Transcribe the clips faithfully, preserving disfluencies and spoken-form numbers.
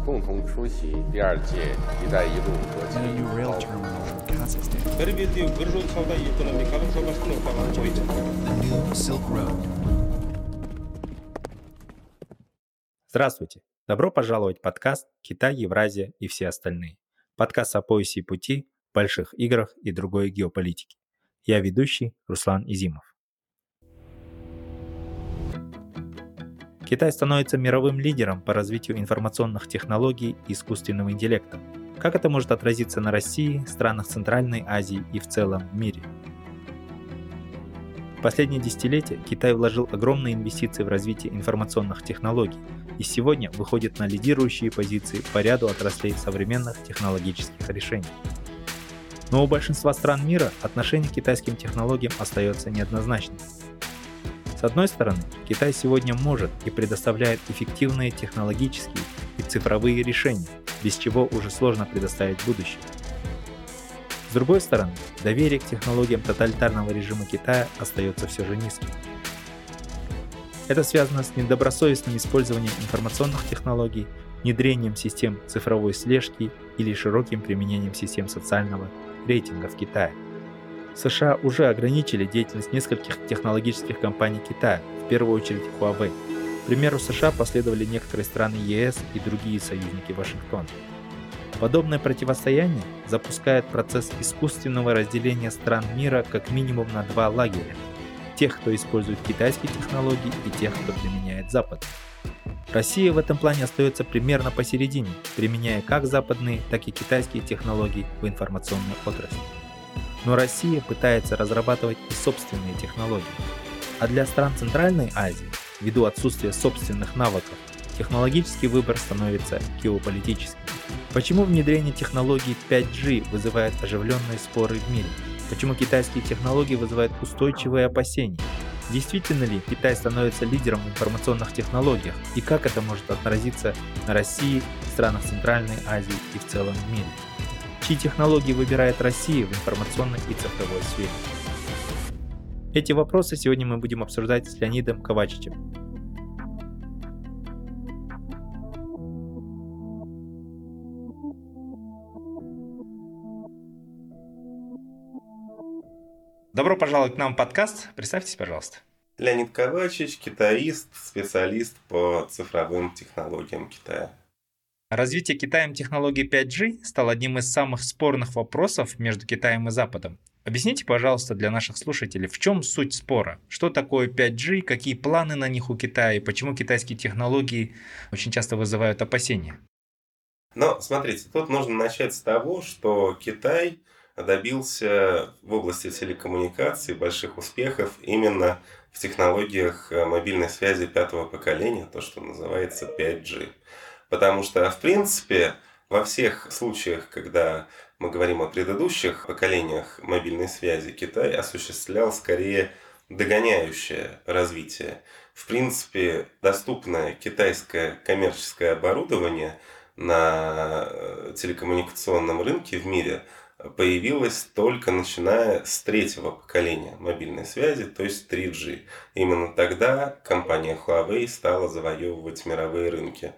共同出席第二届“一带一路”国际 and a new rail terminal in Kazakhstan, the new Silk Road. Здравствуйте! Добро пожаловать в подкаст «Китай, Евразия и все остальные». Подкаст о поясе и пути, больших играх и другой геополитике. Я ведущий Руслан Изимов. Китай становится мировым лидером по развитию информационных технологий и искусственного интеллекта. Как это может отразиться на России, странах Центральной Азии и в целом мире? В последние десятилетия Китай вложил огромные инвестиции в развитие информационных технологий и сегодня выходит на лидирующие позиции по ряду отраслей современных технологических решений. Но у большинства стран мира отношение к китайским технологиям остается неоднозначным. С одной стороны, Китай сегодня может и предоставляет эффективные технологические и цифровые решения, без чего уже сложно предоставить будущее. С другой стороны, доверие к технологиям тоталитарного режима Китая остается все же низким. Это связано с недобросовестным использованием информационных технологий, внедрением систем цифровой слежки или широким применением систем социального рейтинга в Китае. США уже ограничили деятельность нескольких технологических компаний Китая, в первую очередь Huawei. К примеру США последовали некоторые страны ЕС и другие союзники Вашингтона. Подобное противостояние запускает процесс искусственного разделения стран мира как минимум на два лагеря. Тех, кто использует китайские технологии, и тех, кто применяет западные. Россия в этом плане остается примерно посередине, применяя как западные, так и китайские технологии в информационной отрасли. Но Россия пытается разрабатывать и собственные технологии. А для стран Центральной Азии, ввиду отсутствия собственных навыков, технологический выбор становится геополитическим. Почему внедрение технологий пять джи вызывает оживленные споры в мире? Почему китайские технологии вызывают устойчивые опасения? Действительно ли Китай становится лидером в информационных технологиях? И как это может отразиться на России, странах Центральной Азии и в целом в мире? Чьи технологии выбирает Россия в информационной и цифровой сфере? Эти вопросы сегодня мы будем обсуждать с Леонидом Ковачичем. Добро пожаловать к нам в подкаст. Представьтесь, пожалуйста. Леонид Ковачич, китаист, специалист по цифровым технологиям Китая. Развитие Китаем технологии пять джи стало одним из самых спорных вопросов между Китаем и Западом. Объясните, пожалуйста, для наших слушателей, в чем суть спора? Что такое пять джи, какие планы на них у Китая и почему китайские технологии очень часто вызывают опасения? Но, смотрите, тут нужно начать с того, что Китай добился в области телекоммуникаций больших успехов именно в технологиях мобильной связи пятого поколения, то, что называется пять джи. Потому что, в принципе, во всех случаях, когда мы говорим о предыдущих поколениях мобильной связи, Китай осуществлял скорее догоняющее развитие. В принципе, доступное китайское коммерческое оборудование на телекоммуникационном рынке в мире появилось только начиная с третьего поколения мобильной связи, то есть три джи. Именно тогда компания Huawei стала завоевывать мировые рынки.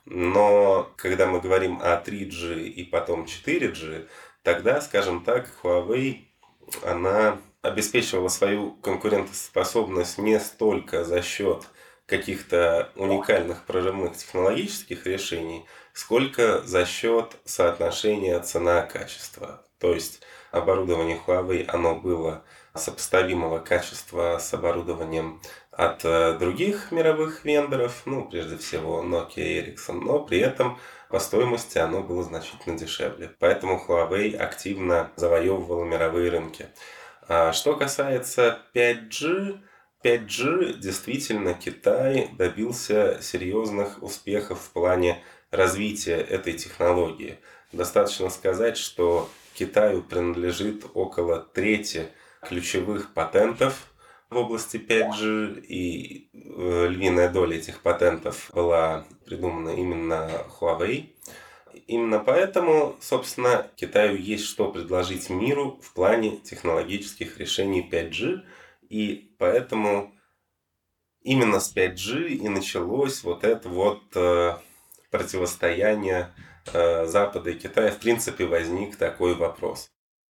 Но когда мы говорим о три джи и потом четыре джи, тогда, скажем так, Huawei, она обеспечивала свою конкурентоспособность не столько за счет каких-то уникальных прорывных технологических решений, сколько за счет соотношения цена-качество. То есть оборудование Huawei, оно было сопоставимого качества с оборудованием от других мировых вендоров, ну, прежде всего Nokia и Ericsson, но при этом по стоимости оно было значительно дешевле. Поэтому Huawei активно завоевывала мировые рынки. А что касается пять джи, пять джи действительно Китай добился серьезных успехов в плане развития этой технологии. Достаточно сказать, что Китаю принадлежит около трети ключевых патентов в области пять джи, и львиная доля этих патентов была придумана именно Huawei. Именно поэтому, собственно, Китаю есть что предложить миру в плане технологических решений пять джи, и поэтому именно с пять джи и началось вот это вот противостояния э, Запада и Китая, в принципе, возник такой вопрос.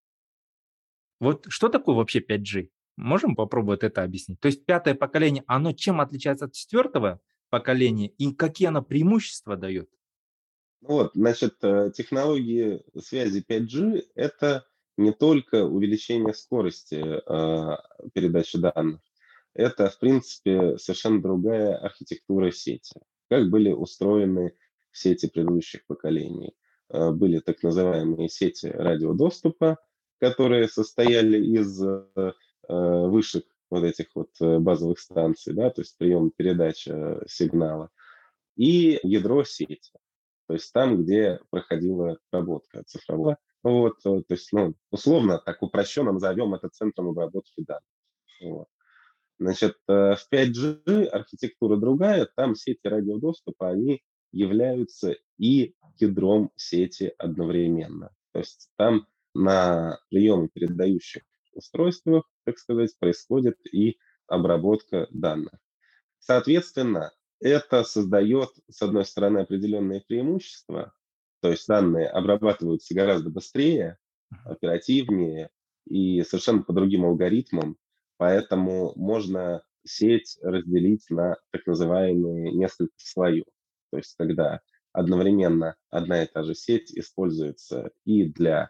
Вот что такое вообще пять джи? Можем попробовать это объяснить? То есть пятое поколение, оно чем отличается от четвертого поколения и какие оно преимущества дает? Вот, значит, э, технологии связи пять джи — это не только увеличение скорости э, передачи данных, это, в принципе, совершенно другая архитектура сети. Как были устроены сети предыдущих поколений? Э, Были так называемые сети радиодоступа, которые состояли из э, э, вышек вот этих вот э, базовых станций, да, то есть прием передача сигнала, и ядро сети. То есть там, где проходила обработка цифрового. Вот, э, то есть, ну, условно, так упрощенно назовем это центром обработки данных. Вот. Значит, э, в пять джи архитектура другая, там сети радиодоступа, они являются и ядром сети одновременно. То есть там на прием и передающих устройствах, так сказать, происходит и обработка данных. Соответственно, это создает, с одной стороны, определенные преимущества, то есть данные обрабатываются гораздо быстрее, оперативнее и совершенно по другим алгоритмам, поэтому можно сеть разделить на так называемые несколько слоев. То есть когда одновременно одна и та же сеть используется и для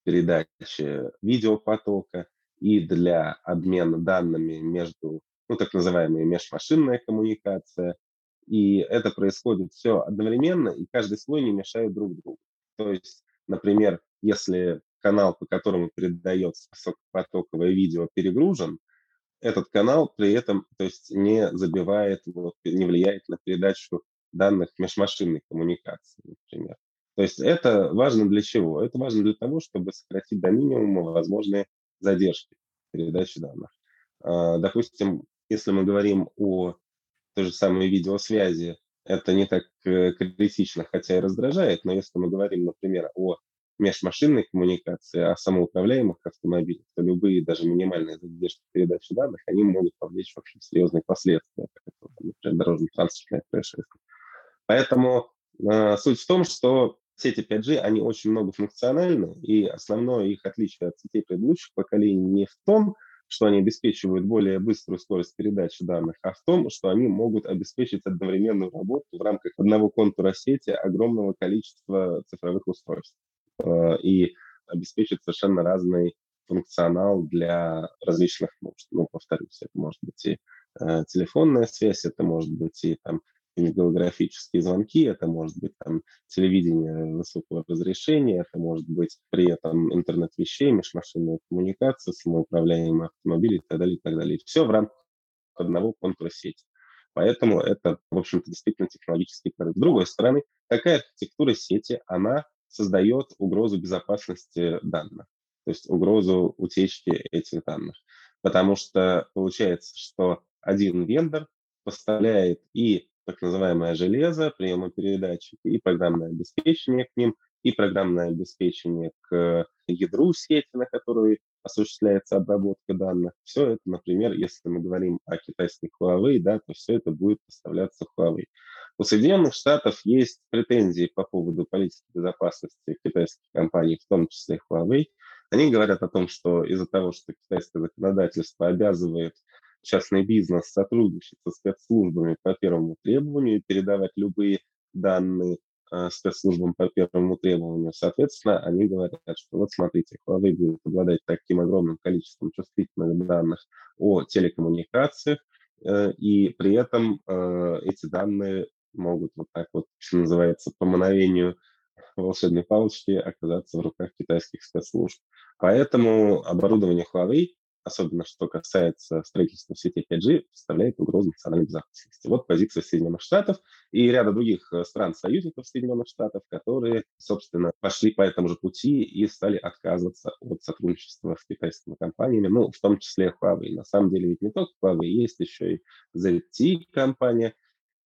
передачи видеопотока, и для обмена данными между, ну, так называемая межмашинная коммуникация. И это происходит все одновременно, и каждый слой не мешает друг другу. То есть, например, если канал, по которому передается высокопотоковое видео, перегружен, этот канал при этом, то есть, не забивает, вот, не влияет на передачу данных межмашинной коммуникации, например. То есть это важно для чего? Это важно для того, чтобы сократить до минимума возможные задержки передачи данных. А, Допустим, если мы говорим о той же самой видеосвязи, это не так э, критично, хотя и раздражает, но если мы говорим, например, о межмашинной коммуникации, о самоуправляемых автомобилях, то любые, даже минимальные задержки передачи данных, они могут повлечь вообще серьезные последствия, как это, например, дорожно-транспортное происшествие. Поэтому э, суть в том, что сети пять джи, они очень многофункциональны, и основное их отличие от сетей предыдущих поколений не в том, что они обеспечивают более быструю скорость передачи данных, а в том, что они могут обеспечить одновременную работу в рамках одного контура сети огромного количества цифровых устройств э, и обеспечить совершенно разный функционал для различных нужд. Ну, повторюсь, это может быть и э, телефонная связь, это может быть и там голографические звонки, это может быть там телевидение высокого разрешения, это может быть при этом интернет вещей, межмашинная коммуникация, самоуправляемые автомобили и так далее, и так далее. Все в рамках одного контура сети. Поэтому это, в общем-то, действительно технологический прорыв. С другой стороны, такая архитектура сети, она создает угрозу безопасности данных, то есть угрозу утечки этих данных. Потому что получается, что один вендор поставляет и так называемое железо, приемопередатчики, и программное обеспечение к ним, и программное обеспечение к ядру сети, на которой осуществляется обработка данных. Все это, например, если мы говорим о китайских Huawei, да, то все это будет поставляться Huawei. У Соединенных Штатов есть претензии по поводу политики безопасности китайских компаний, в том числе Huawei. Они говорят о том, что из-за того, что китайское законодательство обязывает частный бизнес сотрудничать со спецслужбами по первому требованию и передавать любые данные э, спецслужбам по первому требованию. Соответственно, они говорят, что вот смотрите, Huawei будет обладать таким огромным количеством чувствительных данных о телекоммуникациях, э, и при этом э, эти данные могут вот так вот, что называется, по мановению волшебной палочки оказаться в руках китайских спецслужб. Поэтому оборудование Huawei, особенно что касается строительства сети пять джи, представляет угрозу национальной безопасности. Вот позиция Соединенных Штатов и ряда других стран-союзников Соединенных Штатов, которые, собственно, пошли по этому же пути и стали отказываться от сотрудничества с китайскими компаниями, ну, в том числе Huawei. На самом деле ведь не только Huawei, есть еще и зет ти и-компания,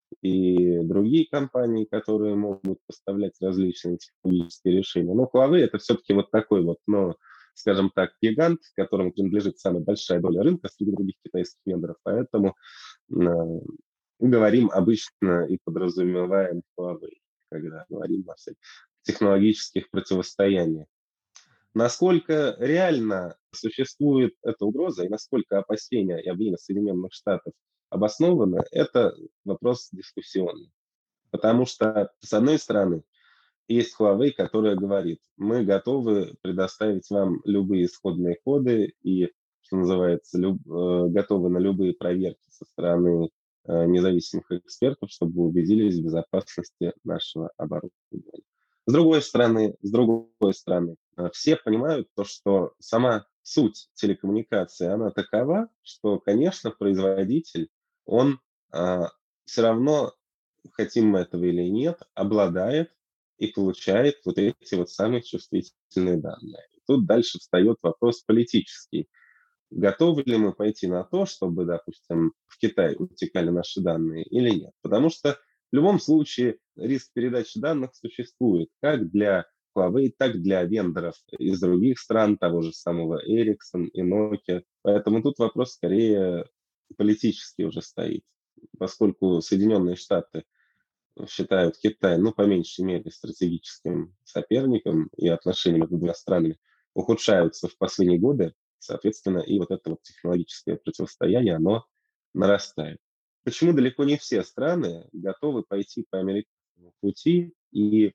и другие компании, которые могут поставлять различные технологические решения. Но Huawei — это все-таки вот такой вот, ну, скажем так, гигант, которому принадлежит самая большая доля рынка среди других китайских вендоров. Поэтому э, говорим обычно и подразумеваем Huawei. когда говорим о всяких технологических противостояниях. Насколько реально существует эта угроза и насколько опасения и обвинения Соединенных Штатов обоснованы, это вопрос дискуссионный. Потому что, с одной стороны, есть Huawei, которая говорит, мы готовы предоставить вам любые исходные коды и, что называется, люб, э, готовы на любые проверки со стороны э, независимых экспертов, чтобы вы убедились в безопасности нашего оборудования. С другой стороны, с другой стороны, э, все понимают то, что сама суть телекоммуникации, она такова, что, конечно, производитель, он э, все равно, хотим мы этого или нет, обладает и получает вот эти вот самые чувствительные данные. И тут дальше встает вопрос политический. Готовы ли мы пойти на то, чтобы, допустим, в Китай утекали наши данные или нет? Потому что в любом случае риск передачи данных существует как для Huawei, так и для вендоров из других стран, того же самого Ericsson и Nokia. Поэтому тут вопрос скорее политический уже стоит, поскольку Соединенные Штаты считают Китай, ну, по меньшей мере, стратегическим соперником, и отношения между двумя странами ухудшаются в последние годы, соответственно, и вот это вот технологическое противостояние, оно нарастает. Почему далеко не все страны готовы пойти по американскому пути и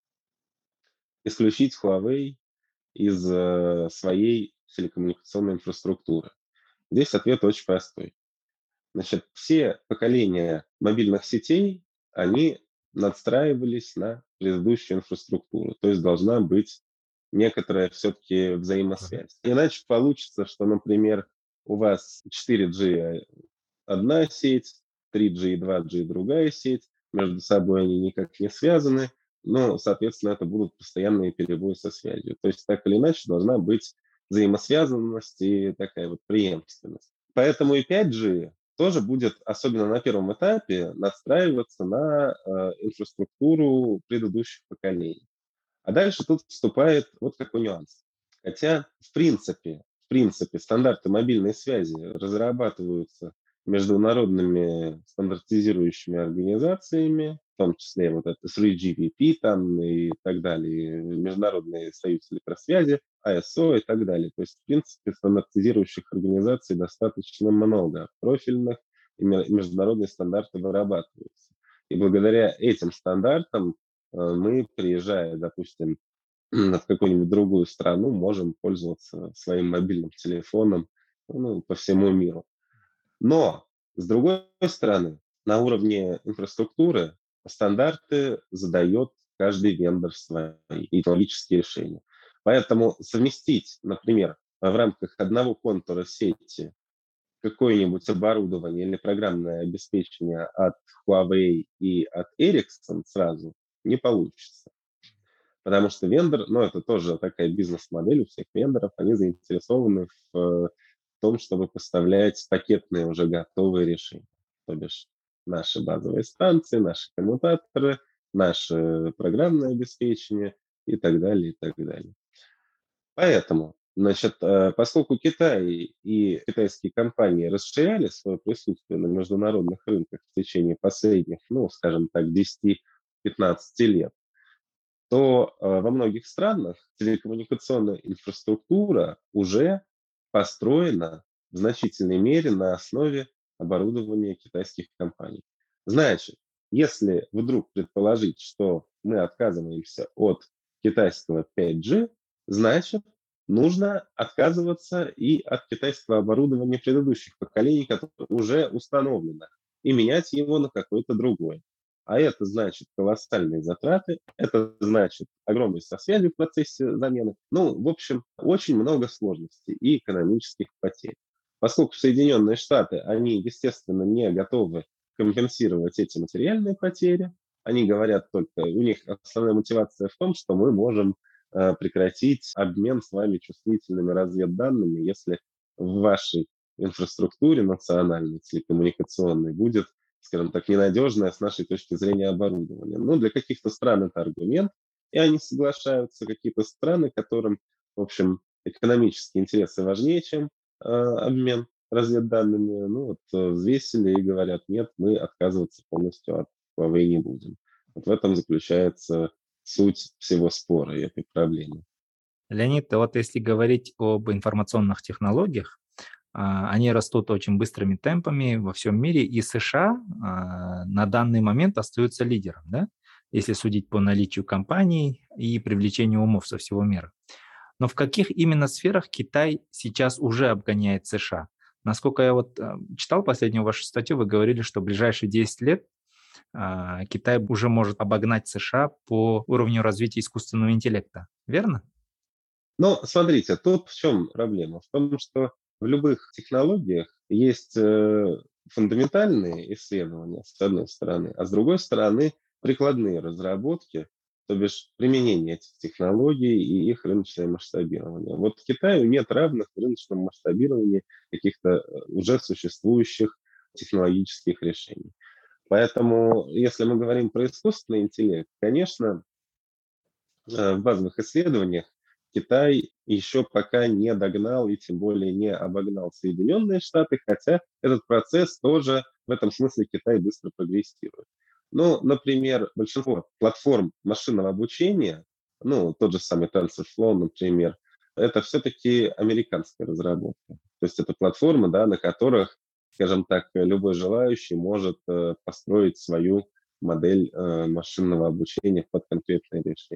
исключить Huawei из э, своей телекоммуникационной инфраструктуры? Здесь ответ очень простой. Значит, все поколения мобильных сетей, они надстраивались на предыдущую инфраструктуру. То есть должна быть некоторая все-таки взаимосвязь. Иначе получится, что, например, у вас четыре джи одна сеть, три джи и два джи другая сеть, между собой они никак не связаны, но, соответственно, это будут постоянные перебои со связью. То есть так или иначе должна быть взаимосвязанность и такая вот преемственность. Поэтому и пять джи тоже будет, особенно на первом этапе, настраиваться на э, инфраструктуру предыдущих поколений. А дальше тут вступает вот какой нюанс. Хотя, в принципе, в принципе, стандарты мобильной связи разрабатываются международными стандартизирующими организациями, в том числе вот это три джи пи пи там и так далее, Международный союз электросвязи, ай эс о и так далее. То есть, в принципе, стандартизирующих организаций достаточно много, профильных, и международные стандарты вырабатываются. И благодаря этим стандартам мы, приезжая, допустим, в какую-нибудь другую страну, можем пользоваться своим мобильным телефоном, ну, по всему миру. Но, с другой стороны, на уровне инфраструктуры стандарты задает каждый вендор свои технологические решения. Поэтому совместить, например, в рамках одного контура сети какое-нибудь оборудование или программное обеспечение от Huawei и от Ericsson сразу не получится. Потому что вендор, ну, это тоже такая бизнес-модель у всех вендоров, они заинтересованы в том, чтобы поставлять пакетные уже готовые решения. То бишь наши базовые станции, наши коммутаторы, наше программное обеспечение и так далее, и так далее. Поэтому, значит, поскольку Китай и китайские компании расширяли свое присутствие на международных рынках в течение последних, ну, скажем так, десяти-пятнадцати лет, то э, во многих странах телекоммуникационная инфраструктура уже построена в значительной мере на основе оборудования китайских компаний. Значит, если вдруг предположить, что мы отказываемся от китайского пять джи, значит, нужно отказываться и от китайского оборудования предыдущих поколений, которое уже установлено, и менять его на какое-то другое. А это значит колоссальные затраты, это значит огромные сосвязи в процессе замены. Ну, в общем, очень много сложностей и экономических потерь. Поскольку Соединенные Штаты, они, естественно, не готовы компенсировать эти материальные потери, они говорят только, у них основная мотивация в том, что мы можем э, прекратить обмен с вами чувствительными разведданными, если в вашей инфраструктуре национальной, телекоммуникационной будет, скажем так, ненадежное с нашей точки зрения оборудование. Ну, для каких-то стран это аргумент, и они соглашаются. Какие-то страны, которым, в общем, экономические интересы важнее, чем э, обмен разведданными, ну, вот, э, взвесили и говорят, нет, мы отказываться полностью от Huawei не будем. Вот в этом заключается суть всего спора и этой проблемы. Леонид, а вот если говорить об информационных технологиях, а, они растут очень быстрыми темпами во всем мире, и США а, на данный момент остаются лидером, да? Если судить по наличию компаний и привлечению умов со всего мира. Но в каких именно сферах Китай сейчас уже обгоняет США? Насколько я вот э, читал последнюю вашу статью, вы говорили, что в ближайшие десять лет а, Китай уже может обогнать США по уровню развития искусственного интеллекта. Верно? Но смотрите, тут в чем проблема? В том, что в любых технологиях есть э, фундаментальные исследования, с одной стороны, а с другой стороны прикладные разработки, то бишь применение этих технологий и их рыночное масштабирование. Вот Китаю нет равных в рыночном масштабировании каких-то э, уже существующих технологических решений. Поэтому, если мы говорим про искусственный интеллект, конечно, э, в базовых исследованиях Китай еще пока не догнал и тем более не обогнал Соединенные Штаты, хотя этот процесс тоже в этом смысле Китай быстро прогрессирует. Ну, например, большинство платформ машинного обучения, ну, тот же самый TensorFlow, например, это все-таки американская разработка. То есть это платформы, да, на которых, скажем так, любой желающий может э, построить свою модель э, машинного обучения под конкретное решение.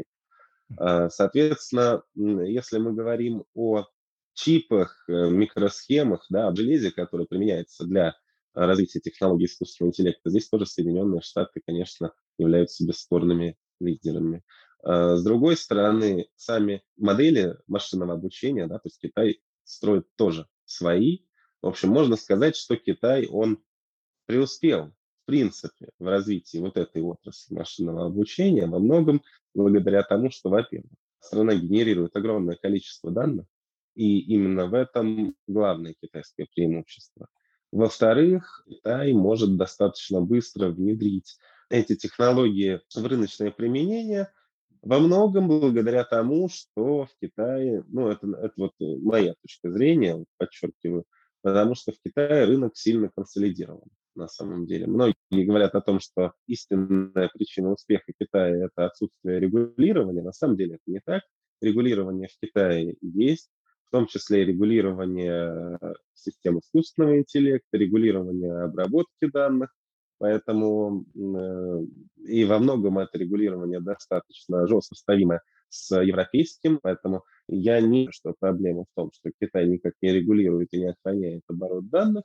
А, Соответственно, м, если мы говорим о чипах, э, микросхемах, да, об железе, которое применяется для а, развития технологий искусственного интеллекта, здесь тоже Соединенные Штаты, конечно, являются бесспорными лидерами. А, С другой стороны, сами модели машинного обучения, да, то есть Китай строит тоже свои. В общем, можно сказать, что Китай, он преуспел, в принципе, в развитии вот этой отрасли машинного обучения во многом благодаря тому, что, во-первых, страна генерирует огромное количество данных, и именно в этом главное китайское преимущество. Во-вторых, Китай может достаточно быстро внедрить эти технологии в рыночное применение, во многом благодаря тому, что в Китае, ну, это, это вот моя точка зрения, вот подчеркиваю, потому что в Китае рынок сильно консолидирован на самом деле. Многие говорят о том, что истинная причина успеха Китая – это отсутствие регулирования. На самом деле это не так. Регулирование в Китае есть, в том числе регулирование э, систем искусственного интеллекта, регулирование обработки данных. Поэтому э, и во многом это регулирование достаточно жестко сопоставимо с европейским, поэтому я не вижу, что проблема в том, что Китай никак не регулирует и не охраняет оборот данных,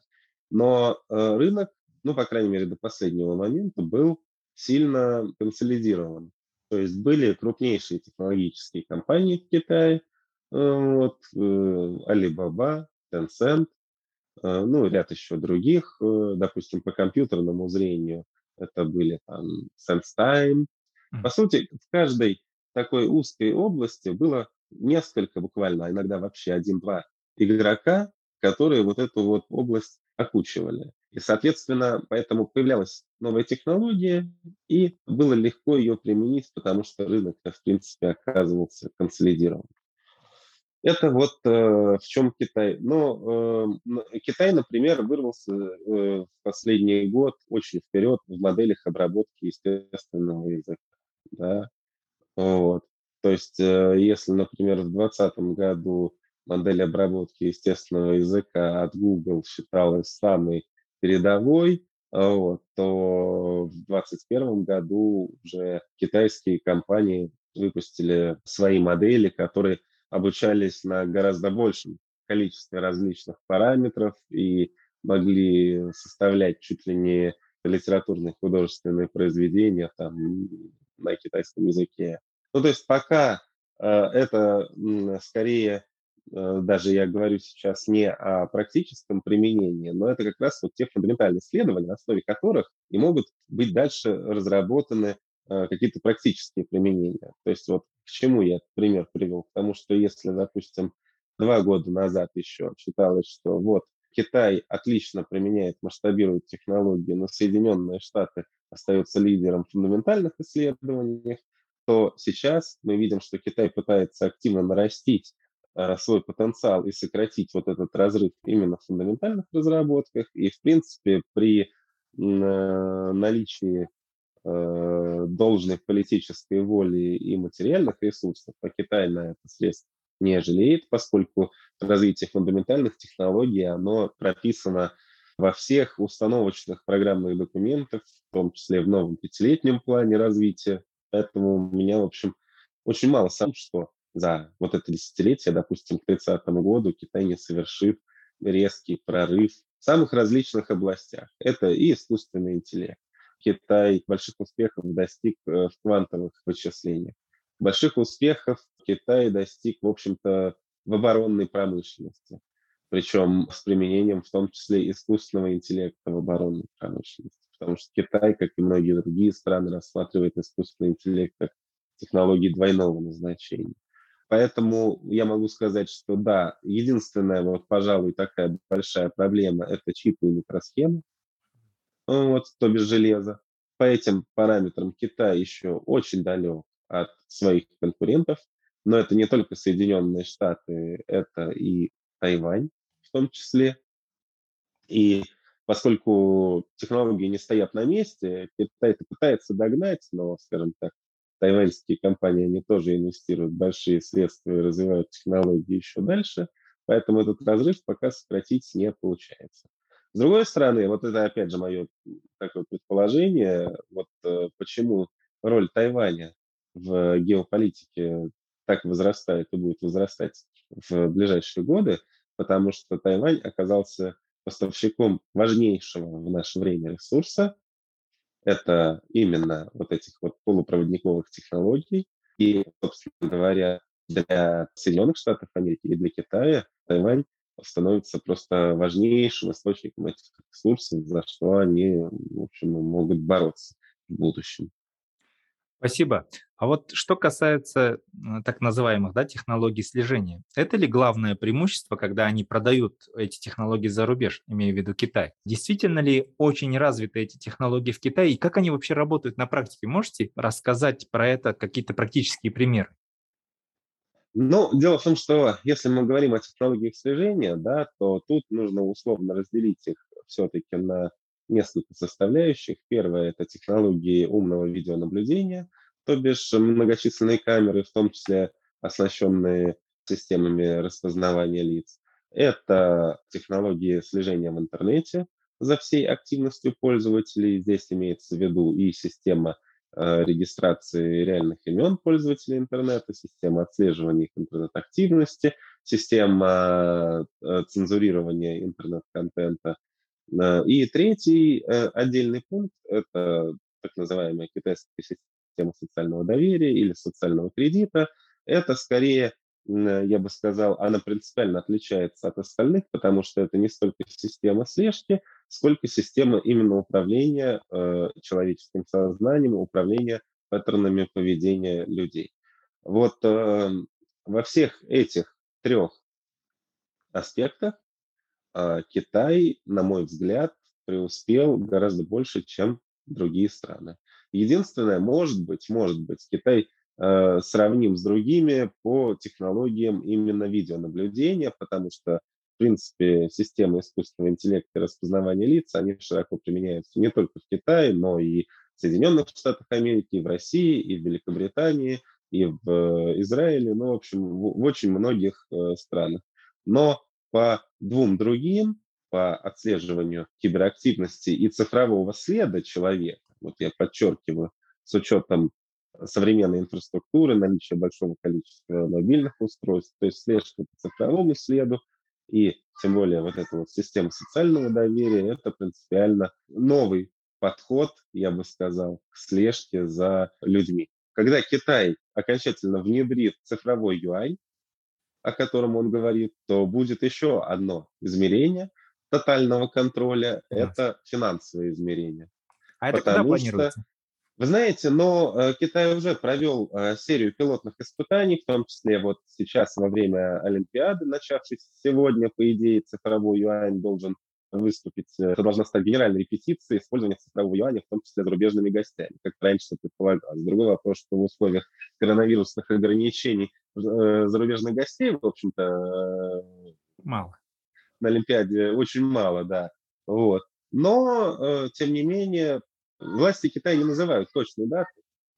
но э, рынок, ну, по крайней мере, до последнего момента был сильно консолидирован. То есть были крупнейшие технологические компании в Китае, э, вот, э, Alibaba, Tencent, э, ну, ряд еще других, э, допустим, по компьютерному зрению это были там SenseTime. По сути, в каждой такой узкой области было несколько буквально, а иногда вообще один-два игрока, которые вот эту вот область окучивали. И, соответственно, поэтому появлялась новая технология, и было легко ее применить, потому что рынок, в принципе, оказывался консолидирован. Это вот э, в чем Китай. Но э, н- Китай, например, вырвался э, в последний год очень вперед в моделях обработки естественного языка. Да? Вот. То есть, э, если, например, в двадцатом году модель обработки естественного языка от Google считалась самой передовой, а вот, то в двадцать первом году уже китайские компании выпустили свои модели, которые обучались на гораздо большем количестве различных параметров и могли составлять чуть ли не литературные художественные произведения там, на китайском языке. Ну, то есть пока э, это м, скорее, э, даже я говорю сейчас не о практическом применении, но это как раз вот те фундаментальные исследования, на основе которых и могут быть дальше разработаны э, какие-то практические применения. То есть вот к чему я этот пример привел? Потому что если, допустим, два года назад еще считалось, что вот Китай отлично применяет, масштабирует технологии, но Соединенные Штаты остаются лидером в фундаментальных исследованиях, то сейчас мы видим, что Китай пытается активно нарастить э, свой потенциал и сократить вот этот разрыв именно в фундаментальных разработках. И, в принципе, при м, э, наличии э, э, должной политической воли и материальных ресурсов, а Китай на это средств не жалеет, поскольку развитие фундаментальных технологий, оно прописано во всех установочных программных документах, в том числе в новом пятилетнем плане развития. Поэтому у меня, в общем, очень мало сомнений, что за вот это десятилетие, допустим, к тридцатому году Китай не совершит резкий прорыв в самых различных областях. Это и искусственный интеллект. Китай больших успехов достиг э, в квантовых вычислениях. Больших успехов Китай достиг, в общем-то, в оборонной промышленности. Причем с применением в том числе искусственного интеллекта в оборонной промышленности. Потому что Китай, как и многие другие страны, рассматривает искусственный интеллект как технологии двойного назначения. Поэтому я могу сказать, что да, единственная, вот, пожалуй, такая большая проблема – это чипы и микросхемы, вот, то без железа. По этим параметрам Китай еще очень далек от своих конкурентов, но это не только Соединенные Штаты, это и Тайвань в том числе. И поскольку технологии не стоят на месте, Китай пытается догнать, но, скажем так, тайваньские компании, они тоже инвестируют большие средства и развивают технологии еще дальше, поэтому этот разрыв пока сократить не получается. С другой стороны, вот это опять же мое такое предположение, вот э, почему роль Тайваня в геополитике так возрастает и будет возрастать в ближайшие годы, потому что Тайвань оказался поставщиком важнейшего в наше время ресурса. Это именно вот этих вот полупроводниковых технологий. И, собственно говоря, для Соединенных Штатов Америки и для Китая Тайвань становится просто важнейшим источником этих ресурсов, за что они, в общем, могут бороться в будущем. Спасибо. А вот что касается э, так называемых, да, технологий слежения, это ли главное преимущество, когда они продают эти технологии за рубеж, имея в виду Китай? Действительно ли очень развиты эти технологии в Китае и как они вообще работают на практике? Можете рассказать про это какие-то практические примеры? Ну, дело в том, что если мы говорим о технологиях слежения, да, то тут нужно условно разделить их все-таки на несколько составляющих. Первое – это технологии умного видеонаблюдения, то бишь многочисленные камеры, в том числе оснащенные системами распознавания лиц. Это технологии слежения в интернете за всей активностью пользователей. Здесь имеется в виду и система э, регистрации реальных имен пользователей интернета, система отслеживания их интернет-активности, система э, цензурирования интернет-контента. Э, И третий э, отдельный пункт – это так называемая китайская система социального доверия или социального кредита. Это скорее, м, я бы сказал, она принципиально отличается от остальных, потому что это не столько система слежки, сколько система именно управления э, человеческим сознанием, управления паттернами поведения людей. Вот э, во всех этих трех аспектах а Китай, на мой взгляд, преуспел гораздо больше, чем другие страны. Единственное, может быть, может быть, Китай э, сравним с другими по технологиям именно видеонаблюдения, потому что, в принципе, системы искусственного интеллекта и распознавания лиц, они широко применяются не только в Китае, но и в Соединенных Штатах Америки, и в России, и в Великобритании, и в э, Израиле, ну, в общем, в, в очень многих э, странах. Но по двум другим, по отслеживанию киберактивности и цифрового следа человека, вот я подчеркиваю, с учетом современной инфраструктуры, наличия большого количества мобильных устройств, то есть слежка по цифровому следу, и тем более вот эта вот система социального доверия, это принципиально новый подход, я бы сказал, к слежке за людьми. Когда Китай окончательно внедрит цифровой юань, о котором он говорит, то будет еще одно измерение тотального контроля – это финансовое измерение. А это когда Потому что, планируется? вы знаете, но э, Китай уже провел э, серию пилотных испытаний, в том числе вот сейчас во время Олимпиады, начавшейся сегодня, по идее, цифровой юань должен выступить, э, это должна стать генеральной репетицией использования цифрового юаня, в том числе зарубежными гостями, как раньше предполагалось. Другой вопрос, что в условиях коронавирусных ограничений э, зарубежных гостей, в общем-то, э, Мало. на Олимпиаде очень мало, да. Вот. Но, э, тем не менее, власти Китая не называют точные даты,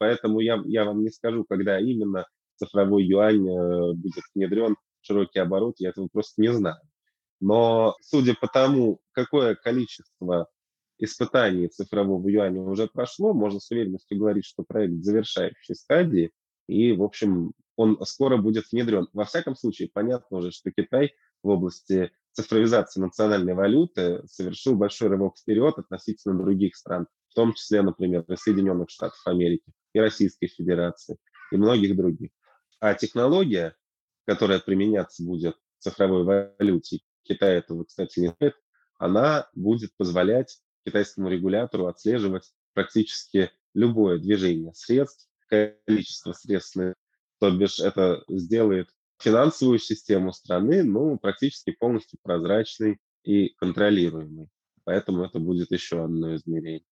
поэтому я, я вам не скажу, когда именно цифровой юань э, будет внедрен в широкий оборот, я этого просто не знаю. Но судя по тому, какое количество испытаний цифрового юаня уже прошло, можно с уверенностью говорить, что проект в завершающей стадии, и, в общем, он скоро будет внедрен. Во всяком случае, понятно уже, что Китай в области цифровизации национальной валюты совершил большой рывок вперед относительно других стран, в том числе, например, и Соединенных Штатов Америки, и Российской Федерации, и многих других. А технология, которая применяться будет в цифровой валюте, Китай этого, кстати, не знает, она будет позволять китайскому регулятору отслеживать практически любое движение средств, количество средств, то бишь это сделает финансовую систему страны, ну, практически полностью прозрачной и контролируемой. Поэтому это будет еще одно измерение.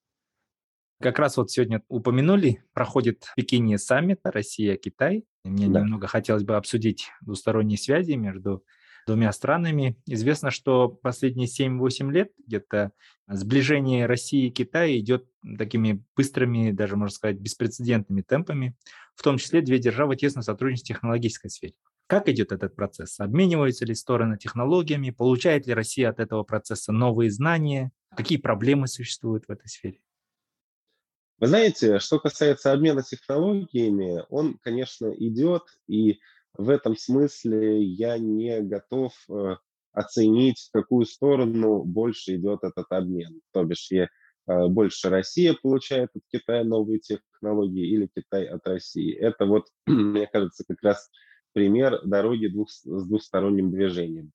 Как раз вот сегодня упомянули, проходит в Пекине саммит Россия-Китай. Мне Да. немного хотелось бы обсудить двусторонние связи между двумя странами. Известно, что последние семь-восемь лет где-то сближение России и Китая идет такими быстрыми, даже, можно сказать, беспрецедентными темпами. В том числе две державы тесно сотрудничают в технологической сфере. Как идет этот процесс? Обмениваются ли стороны технологиями? Получает ли Россия от этого процесса новые знания? Какие проблемы существуют в этой сфере? Вы знаете, что касается обмена технологиями, он, конечно, идет, и в этом смысле я не готов э, оценить, в какую сторону больше идет этот обмен. То бишь, е- э, больше Россия получает от Китая новые технологии или Китай от России. Это вот, мне кажется, как раз пример дороги двух, с двусторонним движением.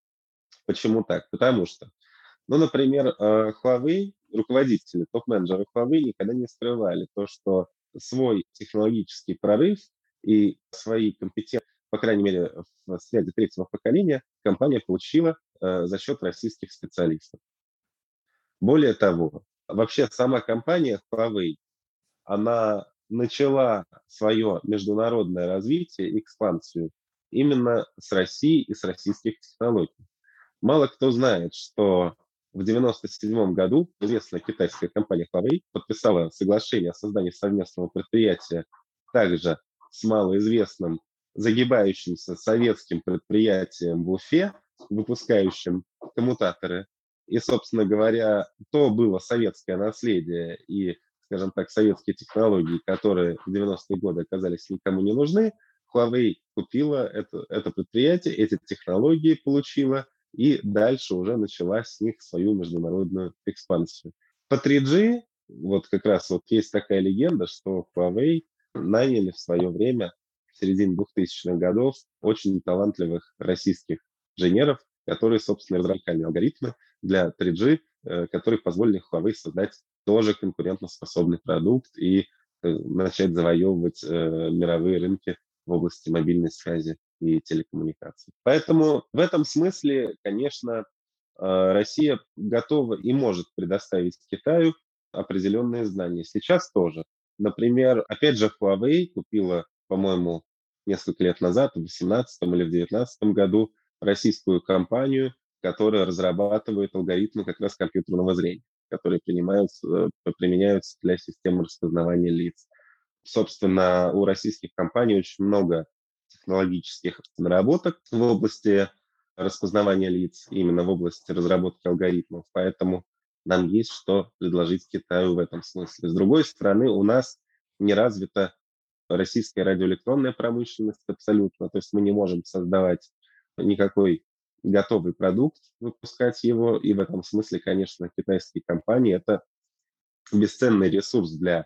Почему так? Потому что, ну, например, э, Huawei, руководители, топ-менеджеры Huawei никогда не скрывали то, что свой технологический прорыв и свои компетенции, по крайней мере, в связи третьего поколения, компания получила э, за счет российских специалистов. Более того, вообще сама компания Huawei, она начала свое международное развитие, экспансию именно с России и с российских технологий. Мало кто знает, что в девяносто седьмом году известная китайская компания Huawei подписала соглашение о создании совместного предприятия также с малоизвестным загибающимся советским предприятием в Уфе, выпускающим коммутаторы. И, собственно говоря, то было советское наследие и, скажем так, советские технологии, которые в девяностые годы оказались никому не нужны. Huawei купила это, это предприятие, эти технологии получила, и дальше уже начала с них свою международную экспансию. По три джи, вот как раз вот есть такая легенда, что Huawei наняли в свое время, в середине двухтысячных годов, очень талантливых российских инженеров, которые, собственно, разработали алгоритмы для три джи, э, которые позволили Huawei создать тоже конкурентоспособный продукт и э, начать завоевывать э, мировые рынки в области мобильной связи и телекоммуникаций. Поэтому в этом смысле, конечно, э, Россия готова и может предоставить Китаю определенные знания. Сейчас тоже. Например, опять же, Huawei купила, по-моему, несколько лет назад, в две тысячи восемнадцатом или в две тысячи девятнадцатом году, российскую компанию, которая разрабатывает алгоритмы как раз компьютерного зрения, которые принимаются, применяются для системы распознавания лиц. Собственно, у российских компаний очень много технологических наработок в области распознавания лиц, именно в области разработки алгоритмов. Поэтому нам есть что предложить Китаю в этом смысле. С другой стороны, у нас не развита российская радиоэлектронная промышленность абсолютно. То есть мы не можем создавать никакой готовый продукт, выпускать его. И в этом смысле, конечно, китайские компании – это бесценный ресурс для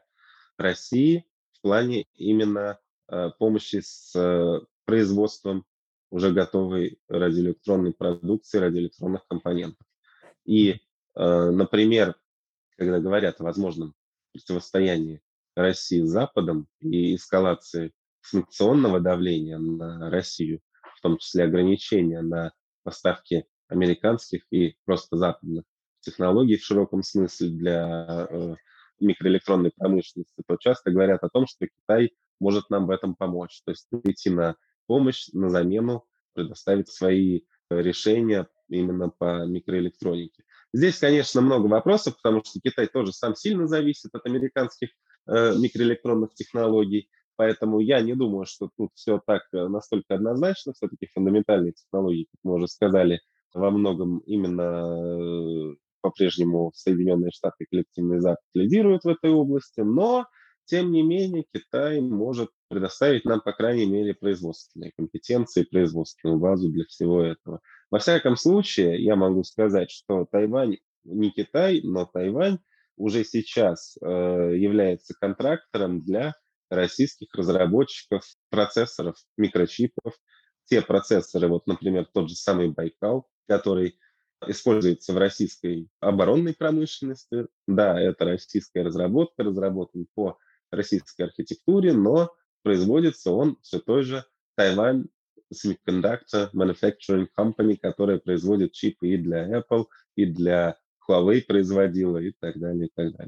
России в плане именно э, помощи с э, производством уже готовой радиоэлектронной продукции, радиоэлектронных компонентов. И, э, например, когда говорят о возможном противостоянии России с Западом и эскалации санкционного давления на Россию, в том числе ограничения на поставки американских и просто западных технологий в широком смысле для э, микроэлектронной промышленности, то часто говорят о том, что Китай может нам в этом помочь. То есть прийти на помощь, на замену, предоставить свои решения именно по микроэлектронике. Здесь, конечно, много вопросов, потому что Китай тоже сам сильно зависит от американских э, микроэлектронных технологий. Поэтому я не думаю, что тут все так э, настолько однозначно. Все-таки фундаментальные технологии, как мы уже сказали, во многом именно э, по-прежнему Соединенные Штаты и коллективный Запад лидируют в этой области, но, тем не менее, Китай может предоставить нам, по крайней мере, производственные компетенции, производственную базу для всего этого. Во всяком случае, я могу сказать, что Тайвань, не Китай, но Тайвань уже сейчас э, является контрактором для российских разработчиков процессоров, микрочипов. Те процессоры, вот, например, тот же самый Байкал, который используется в российской оборонной промышленности. Да, это российская разработка, разработан по российской архитектуре, но производится он все той же Taiwan Semiconductor Manufacturing Company, которая производит чипы и для Apple, и для Huawei производила, и так далее, и так далее.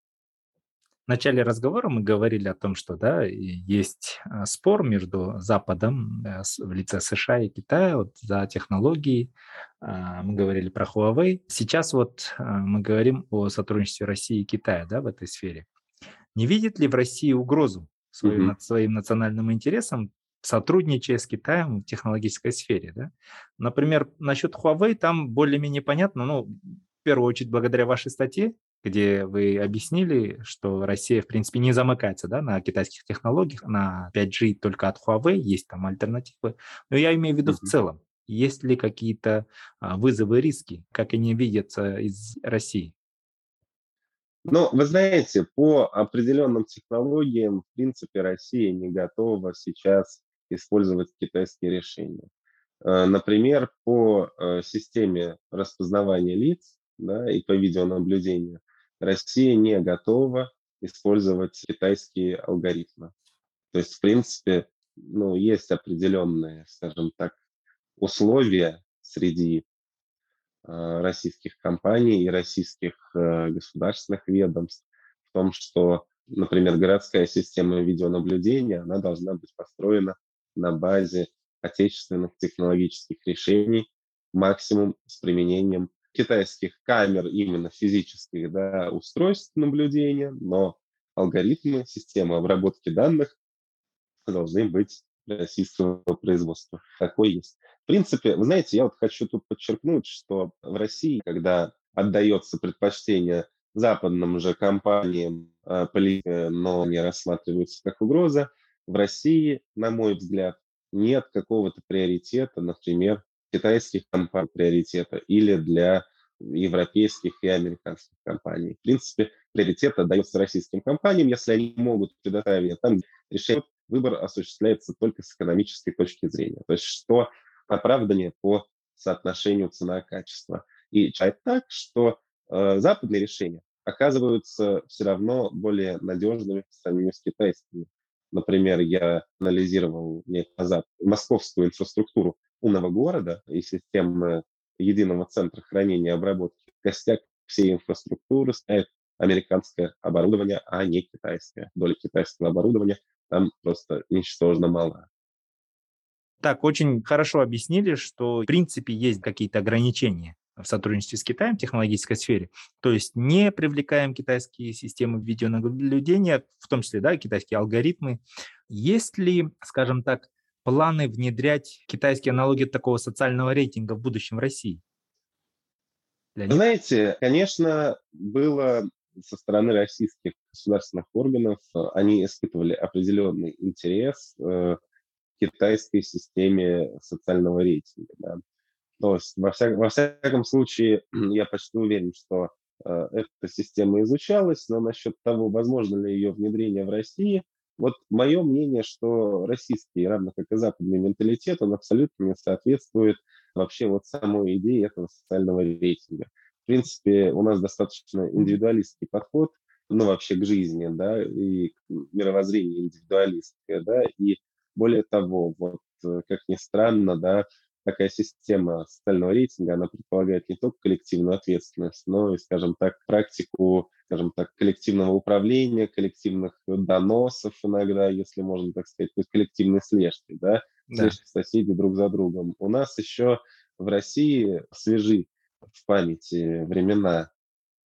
В начале разговора мы говорили о том, что да, есть а, спор между Западом э, с- в лице США и Китая вот, за технологии. А, Мы говорили про Huawei. Сейчас вот а, мы говорим о сотрудничестве России и Китая, да, в этой сфере. Не видит ли в России угрозу своим, Мгм. над- своим национальным интересам, сотрудничая с Китаем в технологической сфере? Да? Например, насчет Huawei там более-менее понятно, ну, в первую очередь благодаря вашей статье, где вы объяснили, что Россия, в принципе, не замыкается да, на китайских технологиях, на пять джи только от Huawei, есть там альтернативы. Но я имею в виду в Мгм. целом, есть ли какие-то а, вызовы, риски, как они видятся из России? Ну, вы знаете, по определенным технологиям, в принципе, Россия не готова сейчас использовать китайские решения. Э, Например, по э, системе распознавания лиц, да, и по видеонаблюдению Россия не готова использовать китайские алгоритмы. То есть, в принципе, ну, есть определенные, скажем так, условия среди э, российских компаний и российских э, государственных ведомств в том, что, например, городская система видеонаблюдения, она должна быть построена на базе отечественных технологических решений, максимум с применением китайских камер, именно физических, да, устройств наблюдения, но алгоритмы, системы обработки данных должны быть российского производства. Такой есть. В принципе, вы знаете, я вот хочу тут подчеркнуть, что в России, когда отдается предпочтение западным же компаниям, э, поли- э, но не рассматриваются как угроза, в России, на мой взгляд, нет какого-то приоритета, например, китайских компаний приоритета или для европейских и американских компаний. В принципе, приоритет отдается российским компаниям, если они могут предоставить там решение, выбор осуществляется только с экономической точки зрения. То есть что оправдание по соотношению цена-качество. И чай так, что э, западные решения оказываются все равно более надежными по сравнению с китайскими. Например, я анализировал лет назад московскую инфраструктуру умного города и системы единого центра хранения и обработки. Костяк всей инфраструктуры ставит американское оборудование, а не китайское. Доля китайского оборудования там просто ничтожно мала. Так, очень хорошо объяснили, что в принципе есть какие-то ограничения в сотрудничестве с Китаем в технологической сфере. То есть не привлекаем китайские системы видеонаблюдения, в том числе да, китайские алгоритмы. Есть ли, скажем так, планы внедрять китайские аналоги такого социального рейтинга в будущем в России? Для Вы них? знаете, конечно, было со стороны российских государственных органов, э, они испытывали определенный интерес э, к китайской системе социального рейтинга. Да. То есть, во, вся- во всяком случае, я почти уверен, что э, эта система изучалась, но насчет того, возможно ли ее внедрение в России, вот мое мнение, что российский, равно как и западный менталитет, он абсолютно не соответствует вообще вот самой идее этого социального рейтинга. В принципе, у нас достаточно индивидуалистский подход, ну, вообще к жизни, да, и к мировоззрение индивидуалистское, да, и более того, вот, э, как ни странно, да, такая система социального рейтинга, она предполагает не только коллективную ответственность, но и, скажем так, практику, скажем так, коллективного управления, коллективных доносов иногда, если можно так сказать, то есть коллективной слежки, да, Да. слежки соседей друг за другом. У нас еще в России свежи в памяти времена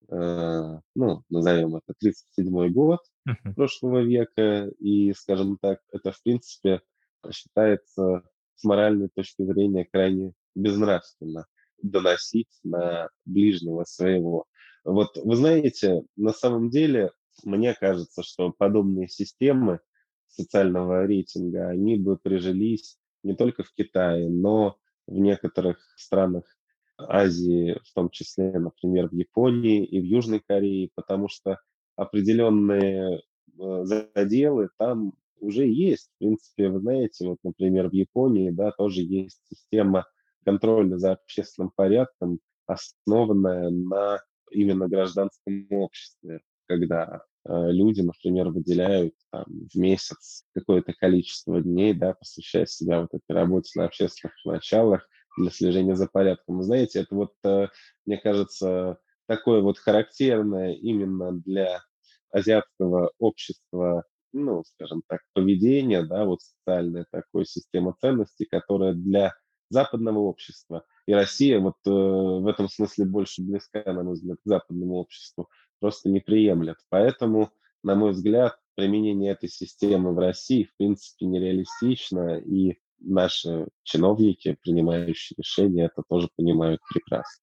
э, ну, назовем это тридцать седьмой год Мгм. прошлого века, и, скажем так, это, в принципе, считается с моральной точки зрения крайне безнравственно доносить на ближнего своего. Вот вы знаете, на самом деле, мне кажется, что подобные системы социального рейтинга, они бы прижились не только в Китае, но в некоторых странах Азии, в том числе, например, в Японии и в Южной Корее, потому что определенные э, заделы там уже есть. В принципе, вы знаете, вот, например, в Японии, да, тоже есть система контроля за общественным порядком, основанная на именно гражданском обществе, когда э, люди, например, выделяют там, в месяц какое-то количество дней, да, посвящая себя вот этой работе на общественных началах для слежения за порядком. Вы знаете, это вот, э, мне кажется, такое вот характерное именно для азиатского общества, ну, скажем так, поведение, да, вот социальная такая система ценностей, которая для западного общества. И Россия вот э, в этом смысле больше близка, на мой взгляд, к западному обществу, просто не приемлет. Поэтому, на мой взгляд, применение этой системы в России, в принципе, нереалистично, и наши чиновники, принимающие решения, это тоже понимают прекрасно.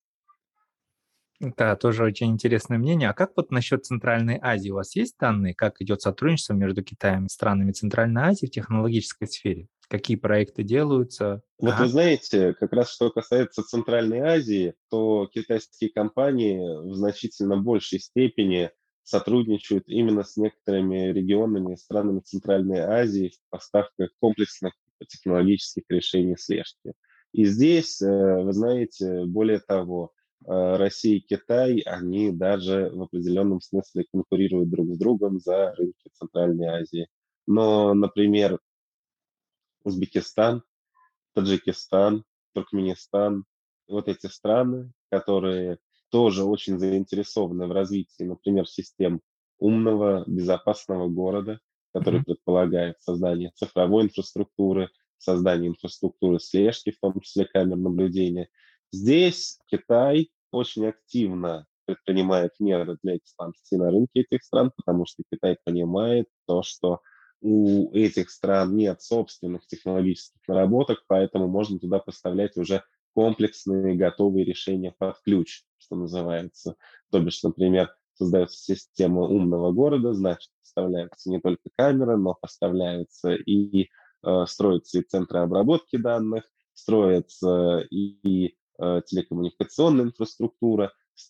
Да, тоже очень интересное мнение. А как вот насчет Центральной Азии? У вас есть данные, как идет сотрудничество между Китаем и странами Центральной Азии в технологической сфере? Какие проекты делаются? Вот вы Ага. знаете, как раз что касается Центральной Азии, то китайские компании в значительно большей степени сотрудничают именно с некоторыми регионами и странами Центральной Азии в поставках комплексных технологических решений слежки. И здесь, э, вы знаете, более того, э, Россия и Китай, они даже в определенном смысле конкурируют друг с другом за рынки Центральной Азии. Но, например, Узбекистан, Таджикистан, Туркменистан. Вот эти страны, которые тоже очень заинтересованы в развитии, например, систем умного, безопасного города, который Мгм. предполагает создание цифровой инфраструктуры, создание инфраструктуры слежки, в том числе камер наблюдения. Здесь Китай очень активно предпринимает меры для экспансии на рынке этих стран, потому что Китай понимает то, что у этих стран нет собственных технологических наработок, поэтому можно туда поставлять уже комплексные готовые решения под ключ, что называется. То бишь, например, создается система умного города, значит, поставляются не только камеры, но поставляются и э, строятся и центры обработки данных, строятся и э, телекоммуникационная инфраструктура,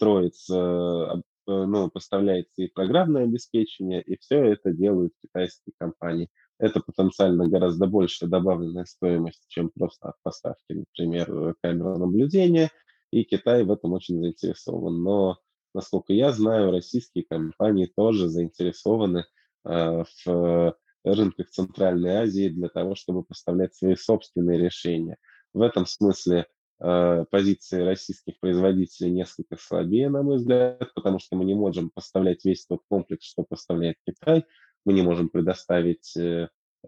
строится э, ну, поставляется и программное обеспечение, и все это делают китайские компании. Это потенциально гораздо большая добавленная стоимость, чем просто от поставки, например, камеры наблюдения, и Китай в этом очень заинтересован. Но, насколько я знаю, российские компании тоже заинтересованы э, в рынках Центральной Азии для того, чтобы поставлять свои собственные решения. В этом смысле э, позиции российских производителей несколько слабее, на мой взгляд, потому что мы не можем поставлять весь тот комплекс, что поставляет Китай. Мы не можем предоставить э,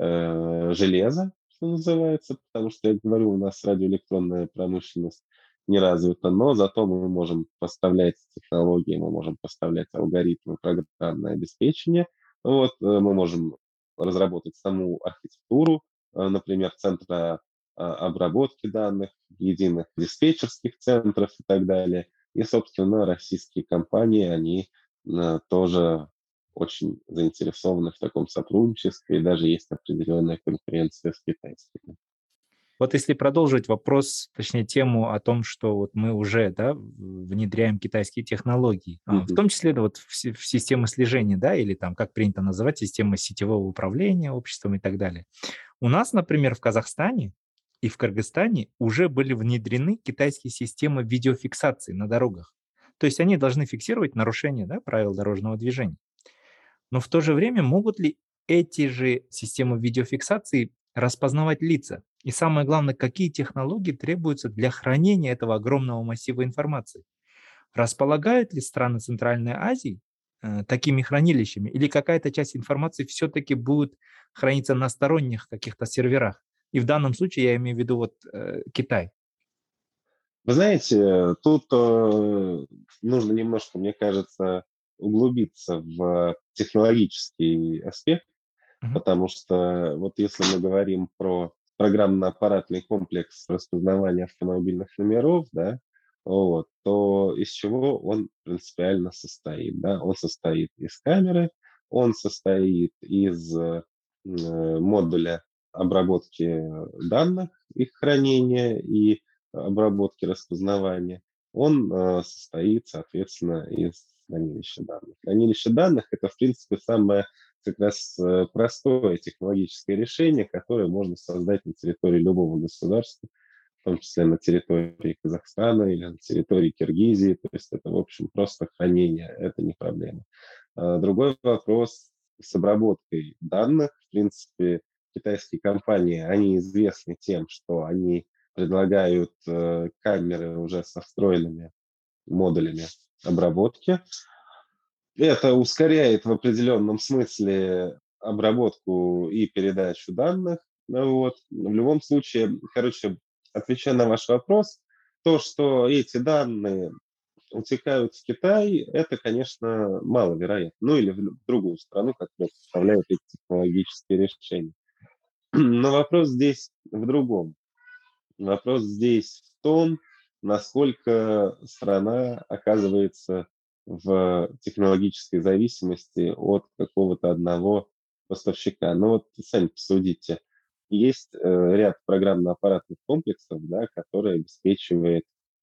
э, железо, что называется, потому что, я говорю, у нас радиоэлектронная промышленность не развита, но зато мы можем поставлять технологии, мы можем поставлять алгоритмы, программное обеспечение, вот, э, мы можем разработать саму архитектуру, э, например, центра а, обработки данных, единых диспетчерских центров и так далее. И, собственно, российские компании, они э, тоже очень заинтересованы в таком сотрудничестве, и даже есть определенная конкуренция с китайскими. Вот если продолжить вопрос, точнее тему о том, что вот мы уже, да, в- внедряем китайские технологии, а, в Мгм. том числе да, вот в, си- в системы слежения, да, или там, как принято называть, системы сетевого управления обществом и так далее. У нас, например, в Казахстане и в Кыргызстане уже были внедрены китайские системы видеофиксации на дорогах. То есть они должны фиксировать нарушения, да, правил дорожного движения. Но в то же время могут ли эти же системы видеофиксации распознавать лица? И самое главное, какие технологии требуются для хранения этого огромного массива информации? Располагают ли страны Центральной Азии э, такими хранилищами? Или какая-то часть информации все-таки будет храниться на сторонних каких-то серверах? И в данном случае я имею в виду вот э, Китай. Вы знаете, тут э, нужно немножко, мне кажется, углубиться в технологический аспект, Мгм. потому что вот если мы говорим про программно-аппаратный комплекс распознавания автомобильных номеров, да, вот, то из чего он принципиально состоит? Да? Он состоит из камеры, он состоит из э, модуля обработки данных, их хранения и обработки распознавания. Он э, состоит, соответственно, из хранилища данных. Хранилище данных — это, в принципе, самое как раз э, простое технологическое решение, которое можно создать на территории любого государства, в том числе на территории Казахстана или на территории Киргизии. То есть это, в общем, просто хранение, это не проблема. А Другой вопрос с обработкой данных. В принципе, китайские компании, они известны тем, что они предлагают э, камеры уже со встроенными модулями обработки. Это ускоряет в определенном смысле обработку и передачу данных. Ну вот. В любом случае, короче, отвечая на ваш вопрос, то, что эти данные утекают в Китай, это, конечно, маловероятно. Ну или в лю- другую страну, которая поставляет эти технологические решения. Но вопрос здесь в другом. Вопрос здесь в том, насколько страна оказывается в технологической зависимости от какого-то одного поставщика. Ну вот сами посудите. Есть э, ряд программно-аппаратных комплексов, да, которые обеспечивают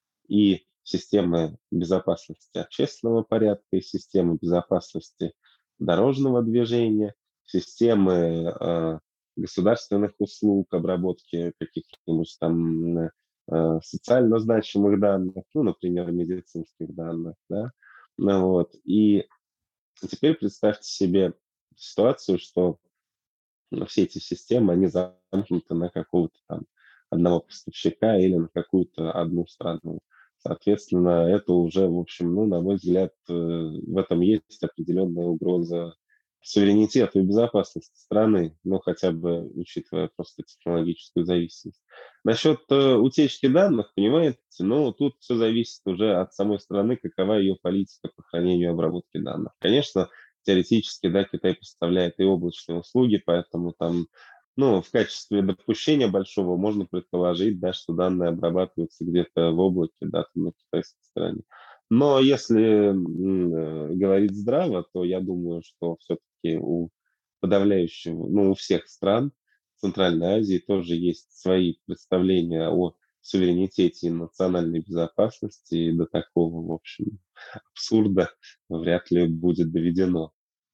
и системы безопасности общественного порядка, и системы безопасности дорожного движения, системы э, государственных услуг, обработки каких-нибудь там э, социально значимых данных, ну, например, медицинских данных, да. Ну, вот. И теперь представьте себе ситуацию, что ну, все эти системы, они замкнуты на какого-то там одного поставщика или на какую-то одну страну. Соответственно, это уже, в общем, ну, на мой взгляд, э, в этом есть определенная угроза суверенитету и безопасности страны, ну, хотя бы учитывая просто технологическую зависимость. Насчет э, утечки данных, понимаете, ну, тут все зависит уже от самой страны, какова ее политика по хранению и обработке данных. Конечно, теоретически, да, Китай поставляет и облачные услуги, поэтому там, ну, в качестве допущения большого можно предположить, да, что данные обрабатываются где-то в облаке, да, там на китайской стороне. Но если м, э, говорить здраво, то я думаю, что все-таки у подавляющего, ну, у всех стран Центральной Азии тоже есть свои представления о суверенитете и национальной безопасности, и до такого, в общем, абсурда вряд ли будет доведено.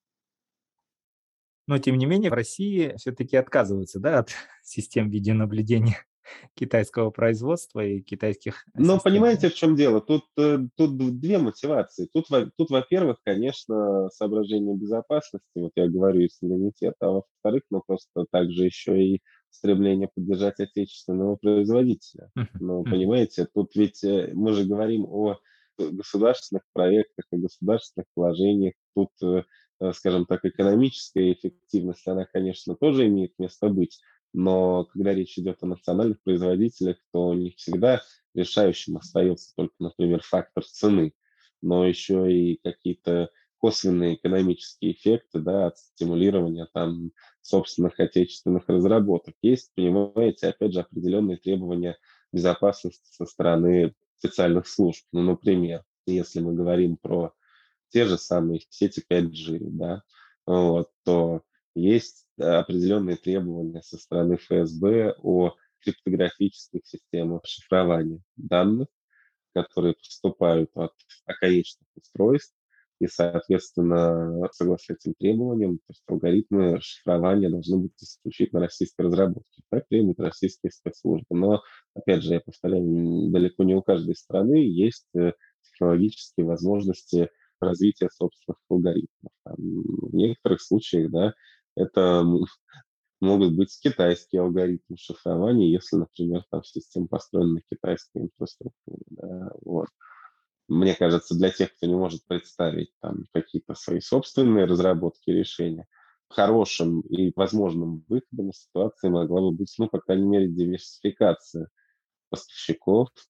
Но тем не менее в России все-таки отказываются, да, от систем видеонаблюдения китайского производства и китайских э, Но систем, да? понимаете, в чем дело? Тут, э, тут д- две мотивации. Тут, во- тут, во-первых, конечно, соображение безопасности, вот я говорю, и суверенитета, а во-вторых, ну, просто также еще и стремление поддержать отечественного производителя. Мгм, Ну, мгм. понимаете, тут ведь э, мы же говорим о э, государственных проектах, о государственных вложениях. Тут, э, э, скажем так, экономическая эффективность, она, конечно, тоже имеет место быть. Но когда речь идет о национальных производителях, то не всегда решающим остается только, например, фактор цены, но еще и какие-то косвенные экономические эффекты, да, от стимулирования там собственных отечественных разработок. Есть, понимаете, опять же, определенные требования безопасности со стороны специальных служб. Ну, например, если мы говорим про те же самые сети пять джи, да, вот, то есть э, определенные требования со стороны эф эс бэ о криптографических системах шифрования данных, которые поступают от оконечных устройств, и, соответственно, согласно этим требованиям, то есть алгоритмы шифрования должны быть исключительно российской разработки. Так требуют российские спецслужбы. Но, опять же, я повторяю, м, далеко не у каждой страны есть э, технологические возможности развития собственных алгоритмов. Там, в некоторых случаях, да, это могут быть китайские алгоритмы шифрования, если, например, там система построена на китайской инфраструктуре. Да, вот. Мне кажется, для тех, кто не может представить там какие-то свои собственные разработки решения, хорошим и возможным выходом из ситуации могла бы быть, ну, по крайней мере, диверсификация поставщиков,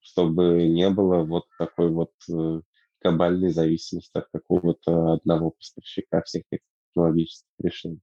чтобы не было вот такой вот э, глобальной зависимости от какого-то одного поставщика всех этих технологических решений.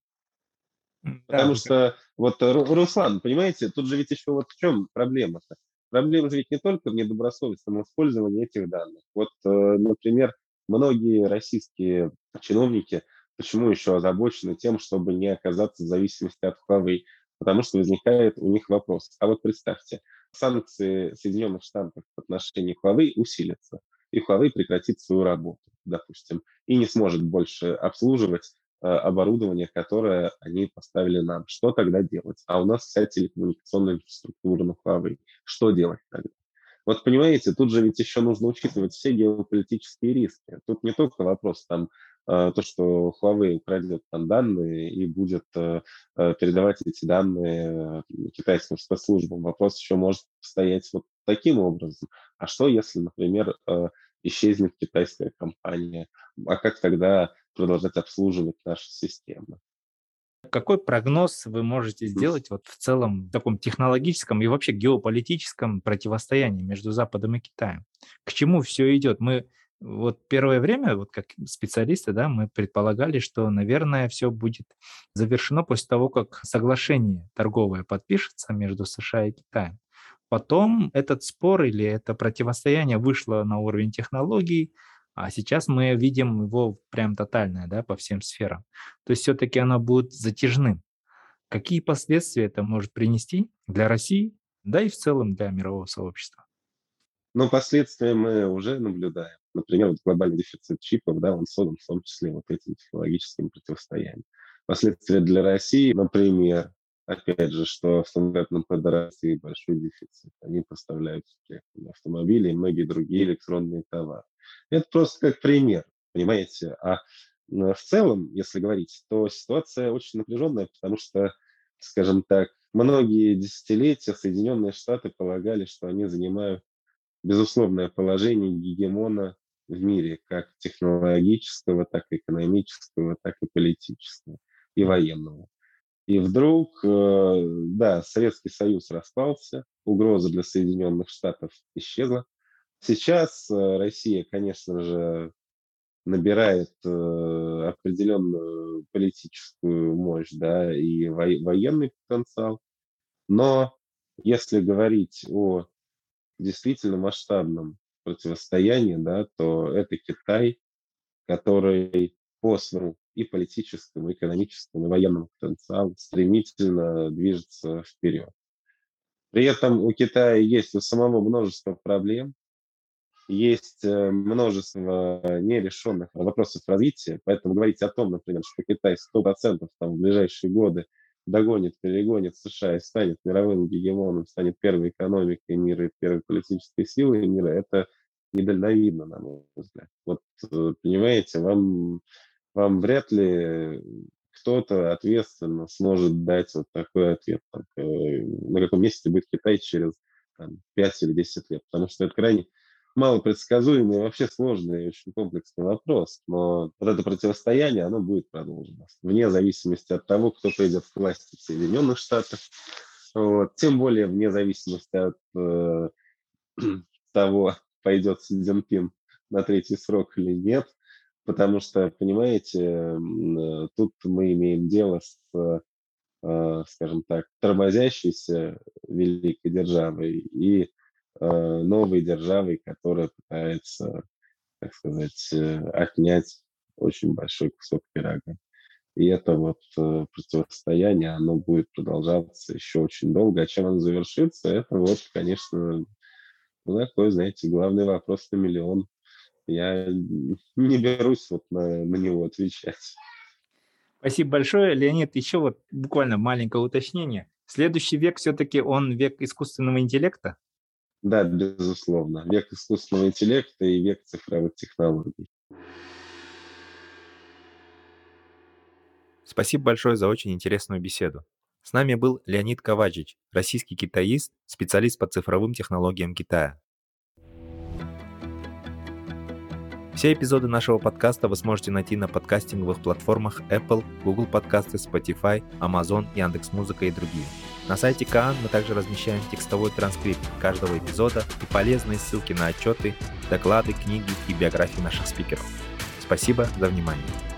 М, Да, Потому вы как- что, вот, Ру- Руслан, понимаете, тут же ведь еще вот в чем проблема-то? Проблема же ведь не только в недобросовестном использовании этих данных. Вот, э, например, многие российские чиновники почему еще озабочены тем, чтобы не оказаться в зависимости от Huawei? Потому что возникает у них вопрос. А вот представьте, санкции Соединенных Штатов в отношении Huawei усилятся, и Huawei прекратит свою работу, допустим, и не сможет больше обслуживать э, оборудование, которое они поставили нам. Что тогда делать? А у нас вся телекоммуникационная инфраструктура на Huawei. Что делать тогда? Вот понимаете, тут же ведь еще нужно учитывать все геополитические риски. Тут не только вопрос там э, то, что Huawei украдет там данные и будет э, э, передавать эти данные э, китайским спецслужбам. Вопрос еще может стоять вот таким образом. А что, если, например, э, исчезнет китайская компания? А как тогда продолжать обслуживать наши системы? Какой прогноз вы можете сделать вот в целом в таком технологическом и вообще геополитическом противостоянии между Западом и Китаем? К чему все идет? Мы вот первое время, вот как специалисты, да, мы предполагали, что, наверное, все будет завершено после того, как соглашение торговое подпишется между США и Китаем. Потом этот спор или это противостояние вышло на уровень технологий, а сейчас мы видим его прям тотальное, да, по всем сферам. То есть все-таки оно будет затяжным. Какие последствия это может принести для России, да и в целом для мирового сообщества? Но последствия мы уже наблюдаем. Например, вот глобальный дефицит чипов, да, он создан в том числе вот этим технологическим противостоянием. Последствия для России, например, опять же, что в стандартном ПД России большой дефицит. Они поставляют всякие автомобили и многие другие электронные товары. Это просто как пример, понимаете? А м, в целом, если говорить, то ситуация очень напряженная, потому что, скажем так, многие десятилетия Соединенные Штаты полагали, что они занимают безусловное положение гегемона в мире, как технологического, так и экономического, так и политического и военного. И вдруг, э, да, Советский Союз распался, угроза для Соединенных Штатов исчезла. Сейчас э, Россия, конечно же, набирает э, определенную политическую мощь, да, и во- военный потенциал. Но если говорить о действительно масштабном противостоянии, да, то это Китай, который по своему и политическому, и экономическому, и военному потенциалу стремительно движется вперед. При этом у Китая есть у самого множество проблем, есть э, множество нерешенных вопросов развития, поэтому говорить о том, например, что Китай сто процентов там, в ближайшие годы догонит, перегонит США и станет мировым гегемоном, станет первой экономикой мира и первой политической силой мира, это недальновидно, на мой взгляд. Вот, э, понимаете, вам, вам вряд ли кто-то ответственно сможет дать вот такой ответ, там, э, на каком месте будет Китай через там, пять или десять лет, потому что это крайне малопредсказуемый и вообще сложный и очень комплексный вопрос. Но вот это противостояние, оно будет продолжено. Вне зависимости от того, кто придет к власти в Соединенных Штатах. Вот. Тем более вне зависимости от э, того, пойдет Си Цзиньпин на третий срок или нет. Потому что, понимаете, м, э, тут мы имеем дело с, э, скажем так, тормозящейся великой державой и э, новой державой, которая пытается, так сказать, э, отнять очень большой кусок пирога. И это вот э, противостояние, оно будет продолжаться еще очень долго. А чем оно завершится, это вот, конечно, ну, такой, знаете, главный вопрос на миллион. Я не берусь вот на, на него отвечать. Спасибо большое, Леонид. Еще вот буквально маленькое уточнение. Следующий век все-таки он век искусственного интеллекта? Да, безусловно. Век искусственного интеллекта и век цифровых технологий. Спасибо большое за очень интересную беседу. С нами был Леонид Ковачич, российский китаист, специалист по цифровым технологиям Китая. Все эпизоды нашего подкаста вы сможете найти на подкастинговых платформах Apple, Google Подкасты, Spotify, Amazon, Яндекс.Музыка и другие. На сайте Каан мы также размещаем текстовой транскрипт каждого эпизода и полезные ссылки на отчеты, доклады, книги и биографии наших спикеров. Спасибо за внимание.